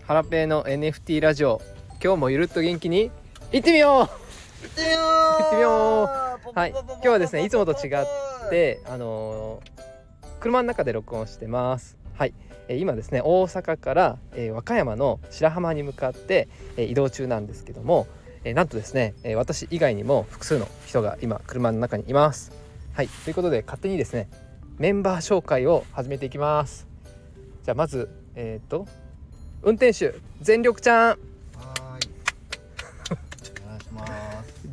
ハラペーの NFT ラジオ、今日もゆるっと元気に行ってみよう行ってみよう。はい、今日はですね、いつもと違って車の中で録音してます。はい、今ですね、大阪から、和歌山の白浜に向かって、移動中なんですけども、なんとですね、私以外にも複数の人が今車の中にいます。はい、ということで勝手にですね、メンバー紹介を始めていきます。じゃあまず運転手全力ちゃん、 はいお願いします。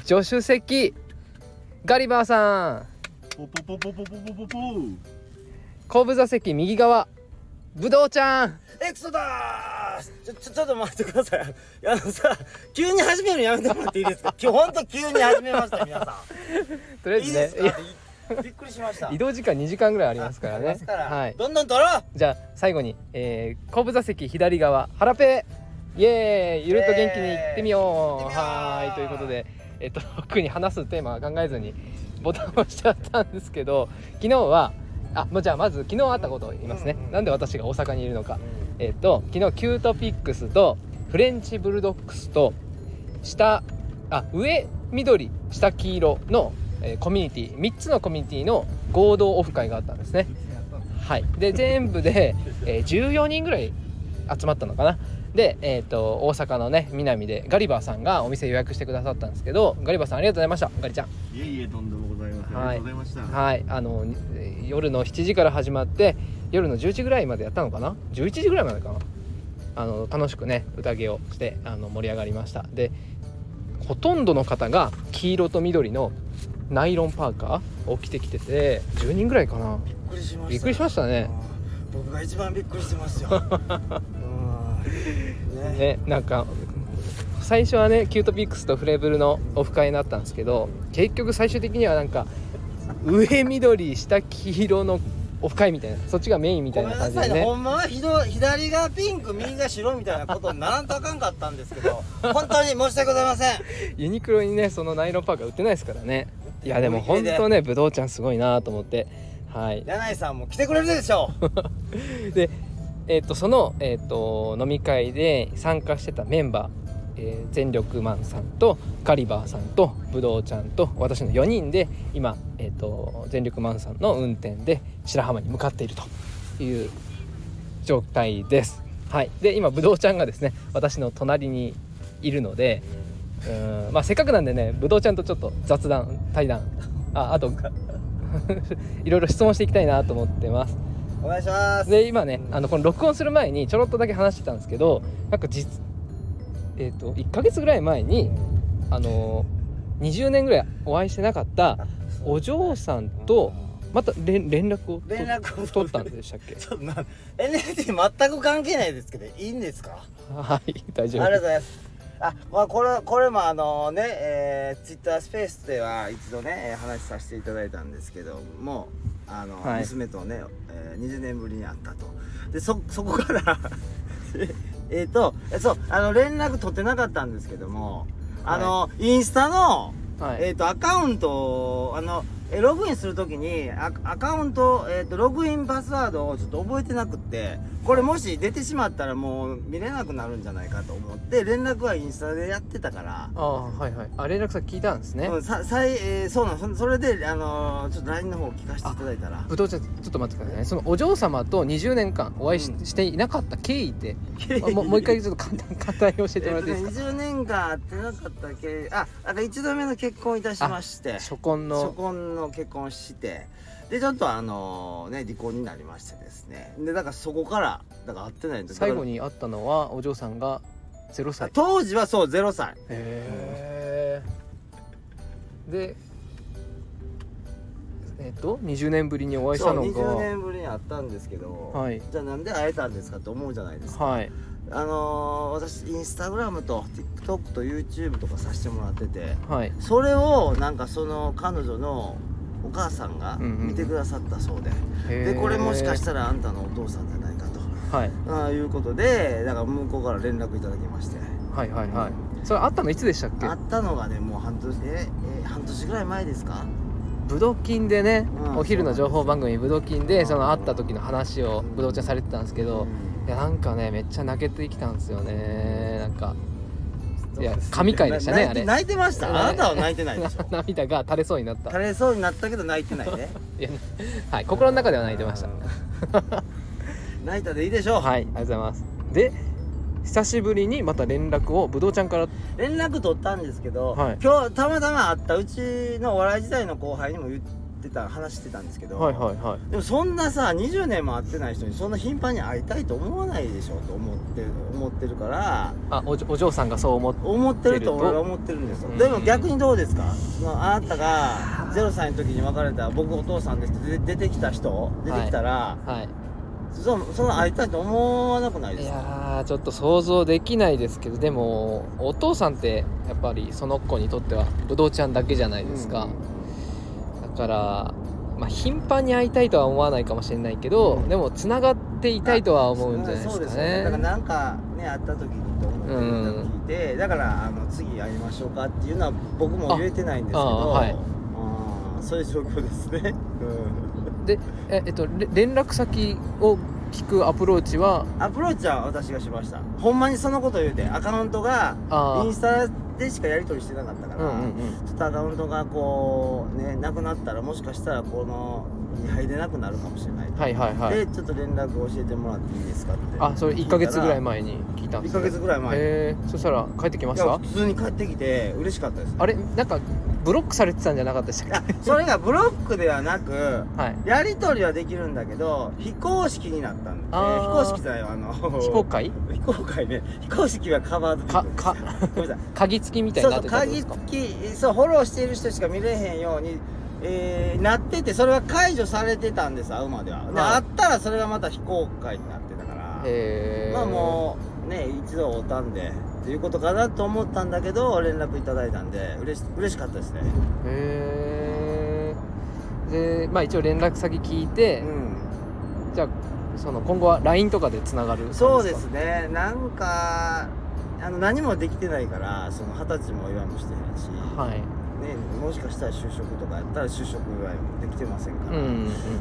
助手席ガリバーさん、 ポポポポポポポポポ後部座席右側ぶどうちゃん。 エクソだー。ちょっと待ってください。急に始めるのやめてもらっていいですか。今日ほんと急に始めました皆さとりあえん。いいずですね、 か。びっくりしました。 移動時間2時間ぐらいありますからね。はい、 どんどん取ろう。 じゃあ最後に、後部座席左側ハラペー、イエーイ、ゆるっと元気に行ってみよう。はい、ということで特に話すテーマは考えずにボタンを押しちゃったんですけど、昨日はじゃあまず昨日あったことを言いますね。なんで私が大阪にいるのか。昨日キュートピックスとフレンチブルドッグスと上緑下黄色のコミュニティ3つのコミュニティの合同オフ会があったんですね。はい、で全部で、14人ぐらい集まったのかな。で、大阪のね南でガリバーさんがお店予約してくださったんですけど、ガリバーさんありがとうございました。ガリちゃん、 いえいえとんでもございません、 はい、 ありがとうございました。 はい、夜の7時から始まって夜の10時ぐらいまでやったのかな、11時ぐらいまでかな。楽しくね宴をして盛り上がりました。でほとんどの方が黄色と緑のナイロンパーカーを着てきてて、10人ぐらいかな。びっくりしましたね。 僕が一番びっくりしてますよ。 ね、なんか最初はねキュートピックスとフレブルのオフ会になったんですけど、結局最終的にはなんか上緑下黄色のオフ会みたいな、そっちがメインみたいな感じでね。 ほんまは左がピンク右が白みたいなことにならんとあかんかったんですけど本当に申し訳ございません。 ユニクロにねそのナイロンパーカー売ってないですからね。いやでも本当ね、ぶどうちゃんすごいなと思って、はい、 柳井さんも来てくれるでしょうでその、飲み会で参加してたメンバー、全力マンさんとガリバーさんとぶどうちゃんと私の4人で今、全力マンさんの運転で白浜に向かっているという状態です。はい、で今ぶどうちゃんがですね私の隣にいるので、せっかくなんでねぶどうちゃんとちょっと対談あといろいろ質問していきたいなと思ってます。 お願いします。 で今ねこの録音する前にちょろっとだけ話してたんですけど、なんか1ヶ月ぐらい前に20年ぐらいお会いしてなかったお嬢さんとまた連絡を取ったんでしたっけ。 NFT 全く関係ないですけどいいんですか。 はい大丈夫。 ありがとうございます。これもツイッタースペースでは一度ね話させていただいたんですけども、はい、娘とね、20年ぶりに会ったと。でそこから連絡取ってなかったんですけども、インスタの、アカウントをログインするときにアカウント、ログインパスワードをちょっと覚えてなくって、これもし出てしまったらもう見れなくなるんじゃないかと思って連絡はインスタでやってたから。 連絡先聞いたんですね。 そうなん。それでちょっと LINE の方を聞かせていただいたら。 ぶどうちゃんちょっと待ってくださいね。そのお嬢様と20年間お会いしていなかった経緯って、もう一回ちょっと簡単に教えてもらっていいですか。 20年間会ってなかった経緯、1度目の結婚いたしまして、 初婚の結婚して、でちょっと離婚になりましてですね。でだからそこから会ってないんです。 最後に会ったのはお嬢さんが0歳。 当時はそう0歳。 で20年ぶりにお会いしたのが 20年ぶりに会ったんですけど、 はい、 じゃあなんで会えたんですかと思うじゃないですか。 はい、 私インスタグラムと TikTok と YouTube とかさせてもらってて、 はい、 それをなんかその彼女のお母さんが見てくださったそうで、でこれもしかしたらあんたのお父さんじゃないかと、いうことでだから向こうから連絡いただきまして、それ会ったのいつでしたっけ。 会ったのがねもう半年ぐらい前ですか。 ブドキンでね、お昼の情報番組ブドキンでその会った時の話をブドウちゃんされてたんですけど、 いやなんかねめっちゃ泣けてきたんですよね。なんかいや神回でしたねあれ。 泣いてました。あなたは泣いてないでしょ。 涙が垂れそうになった。 垂れそうになったけど泣いてないね。 いやはい心の中では泣いてました。 泣いたでいいでしょう。 はい、ありがとうございます。で久しぶりにまた連絡をぶどうちゃんから連絡取ったんですけど、 はい、 今日たまたま会ったうちのお笑い時代の後輩にも言ってた話してたんですけど、 はいはいはい、 でもそんなさ20年も会ってない人にそんな頻繁に会いたいと思わないでしょと思ってるから、 お嬢さんがそう思ってると俺は思ってるんですよ。でも逆にどうですか、あなたが0歳の時に別れた僕お父さんですって出てきた人出てきたら、はいはい、その会いたいと思わなくないですか？ いやーちょっと想像できないですけど、でもお父さんってやっぱりその子にとってはぶどうちゃんだけじゃないですか、だから、まあ、頻繁に会いたいとは思わないかもしれないけど、でもつながっていたいとは思うんじゃないですかね。 そうですね。だからなんかね会った時にと思って聞いて、だから次会いましょうかっていうのは僕も言えてないんですけど、はい、そういう状況ですね。 で、連絡先を聞くアプローチは私がしました。ほんまにそのこと言うて、アカウントがインスタでしかやり取りしてなかったから、ちょっとアカウントがこうねなくなったらもしかしたらこのに入れなくなるかもしれない、はいはいはい、でちょっと連絡教えてもらっていいですかって。 それ1ヶ月ぐらい前に聞いたんですか？1ヶ月ぐらい前。 そしたら帰ってきました？ 普通に帰ってきて嬉しかったです。 あれなんかブロックされてたんじゃなかったでしたっけ？ それがブロックではなく、はい、やり取りはできるんだけど非公式になったんで、非公式だよ非公開ね。非公式はカバードごめんなさい鍵付きみたいになってたんですか？ 鍵付き、そうフォローしている人しか見れへんように、なってて、それは解除されてたんです。会うまでは、はい、で会ったらそれがまた非公開になってたから、まあもうね一度会うたんでっていうことかなと思ったんだけど連絡いただいたんで嬉しかったですね。 でまあ一応連絡先聞いて、じゃあその今後は LINE とかでつながる？ そうですね。なんか何もできてないから、その20歳も祝いもしてへんし、はいね、もしかしたら就職とかやったら就職祝いもできてませんから、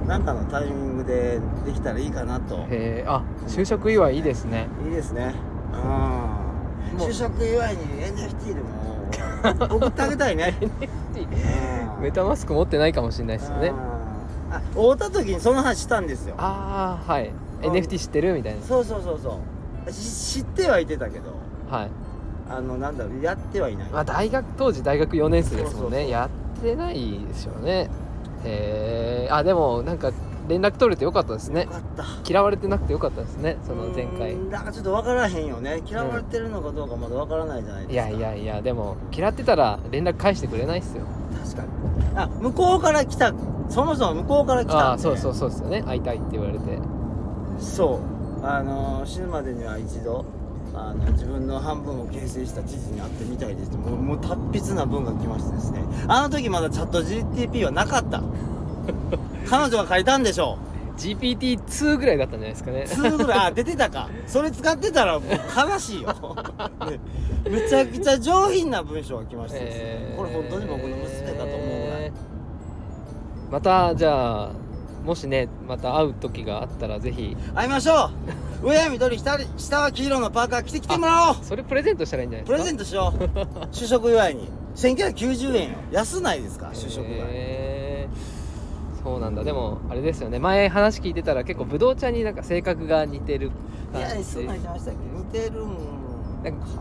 なんかのタイミングでできたらいいかなと。 就職祝いいいですね。 いいですね。就職祝いに NFT でも送ってあげたいね。 NFT メタマスク持ってないかもしれないですよね。 会った時にその話したんですよ。 はい、NFT 知ってるみたいな。 そう知ってはいてたけど、はい、なんだろう、やってはいない。 当時大学4年生ですもんね。やってないですよね。でもなんか連絡取れてよかったですね。よかった。嫌われてなくてよかったですね。その前回なんかちょっと分からへんよね。嫌われてるのかどうかまだ分からないじゃないですか。 いやでも嫌ってたら連絡返してくれないっすよ。 確かに。向こうから来た、そもそも向こうから来たんで。 そうですよね。会いたいって言われて。 そう死ぬまでには一度自分の半分を形成した地図に会ってみたいですってもう達筆な文が来ましてですね、あの時まだチャット GTP はなかった彼女が書いたんでしょう。 GPT2 ぐらいだったんじゃないですかね。 2ぐらい出てたか。それ使ってたらもう悲しいよ、ね、めちゃくちゃ上品な文章が来ましてですね、これ本当に僕の娘かと思うぐらい。 またじゃあもしねまた会う時があったらぜひ会いましょう。上は緑下は黄色のパーカー着てきてもらおう。 それプレゼントしたらいいんじゃないですか。 プレゼントしよう就職祝いに1990円よ。安ないですか就職祝い。 そうなんだ。でもあれですよね、前話聞いてたら結構ぶどうちゃんになんか性格が似てる感じ。 そんな言ってましたっけ？似てるんかな。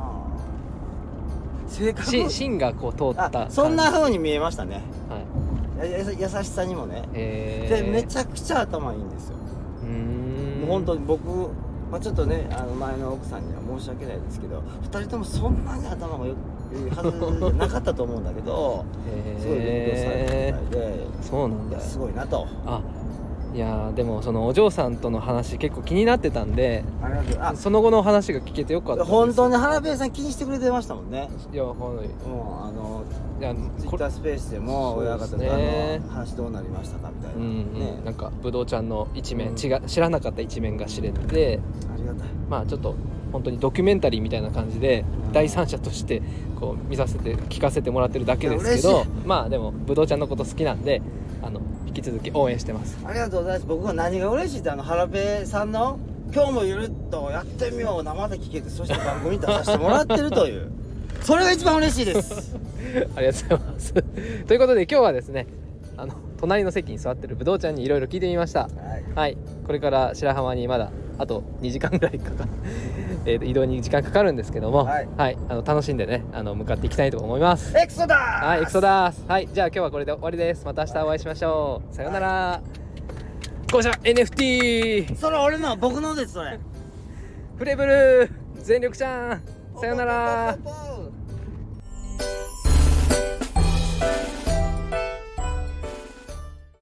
性格芯がこう通ったそんな風に見えましたね。はい、優しさにもね。でめちゃくちゃ頭いいんですよ。もう本当に僕、ちょっとね前の奥さんには申し訳ないですけど、2人ともそんなに頭が良いはずじゃなかったと思うんだけどすごい勉強されてるみたいで。そうなんだ。すごいなと。 いやでもそのお嬢さんとの話結構気になってたんで、その後の話が聞けてよかったです。 本当に原部屋さん気にしてくれてましたもんね。 いやもうツイッタースペースでも親方と話どうなりましたかみたいな、 なんかぶどうちゃんの一面、知らなかった一面が知れて、 ありがたい。 ちょっと本当にドキュメンタリーみたいな感じで、第三者としてこう聞かせてもらってるだけですけど、でもぶどうちゃんのこと好きなんで引き続き応援してます。 ありがとうございます。僕は何が嬉しいって原部さんの今日もゆるっとやってみよう生で聞けて、そして番組に出させてもらってるというそれが一番嬉しいですありがとうございますということで今日はですね隣の席に座ってるぶどうちゃんにいろいろ聞いてみました。 はいはい、これから白浜にまだあと2時間ぐらいかか移動に時間かかるんですけども、 はい楽しんでね向かっていきたいと思います。 エクソダーはい、エクソダース。はい、じゃあ今日はこれで終わりです。また明日お会いしましょう。さようなら。こちら NFT それ俺の僕のですそれフレブル全力ちゃん。さようなら。 ポポポポポ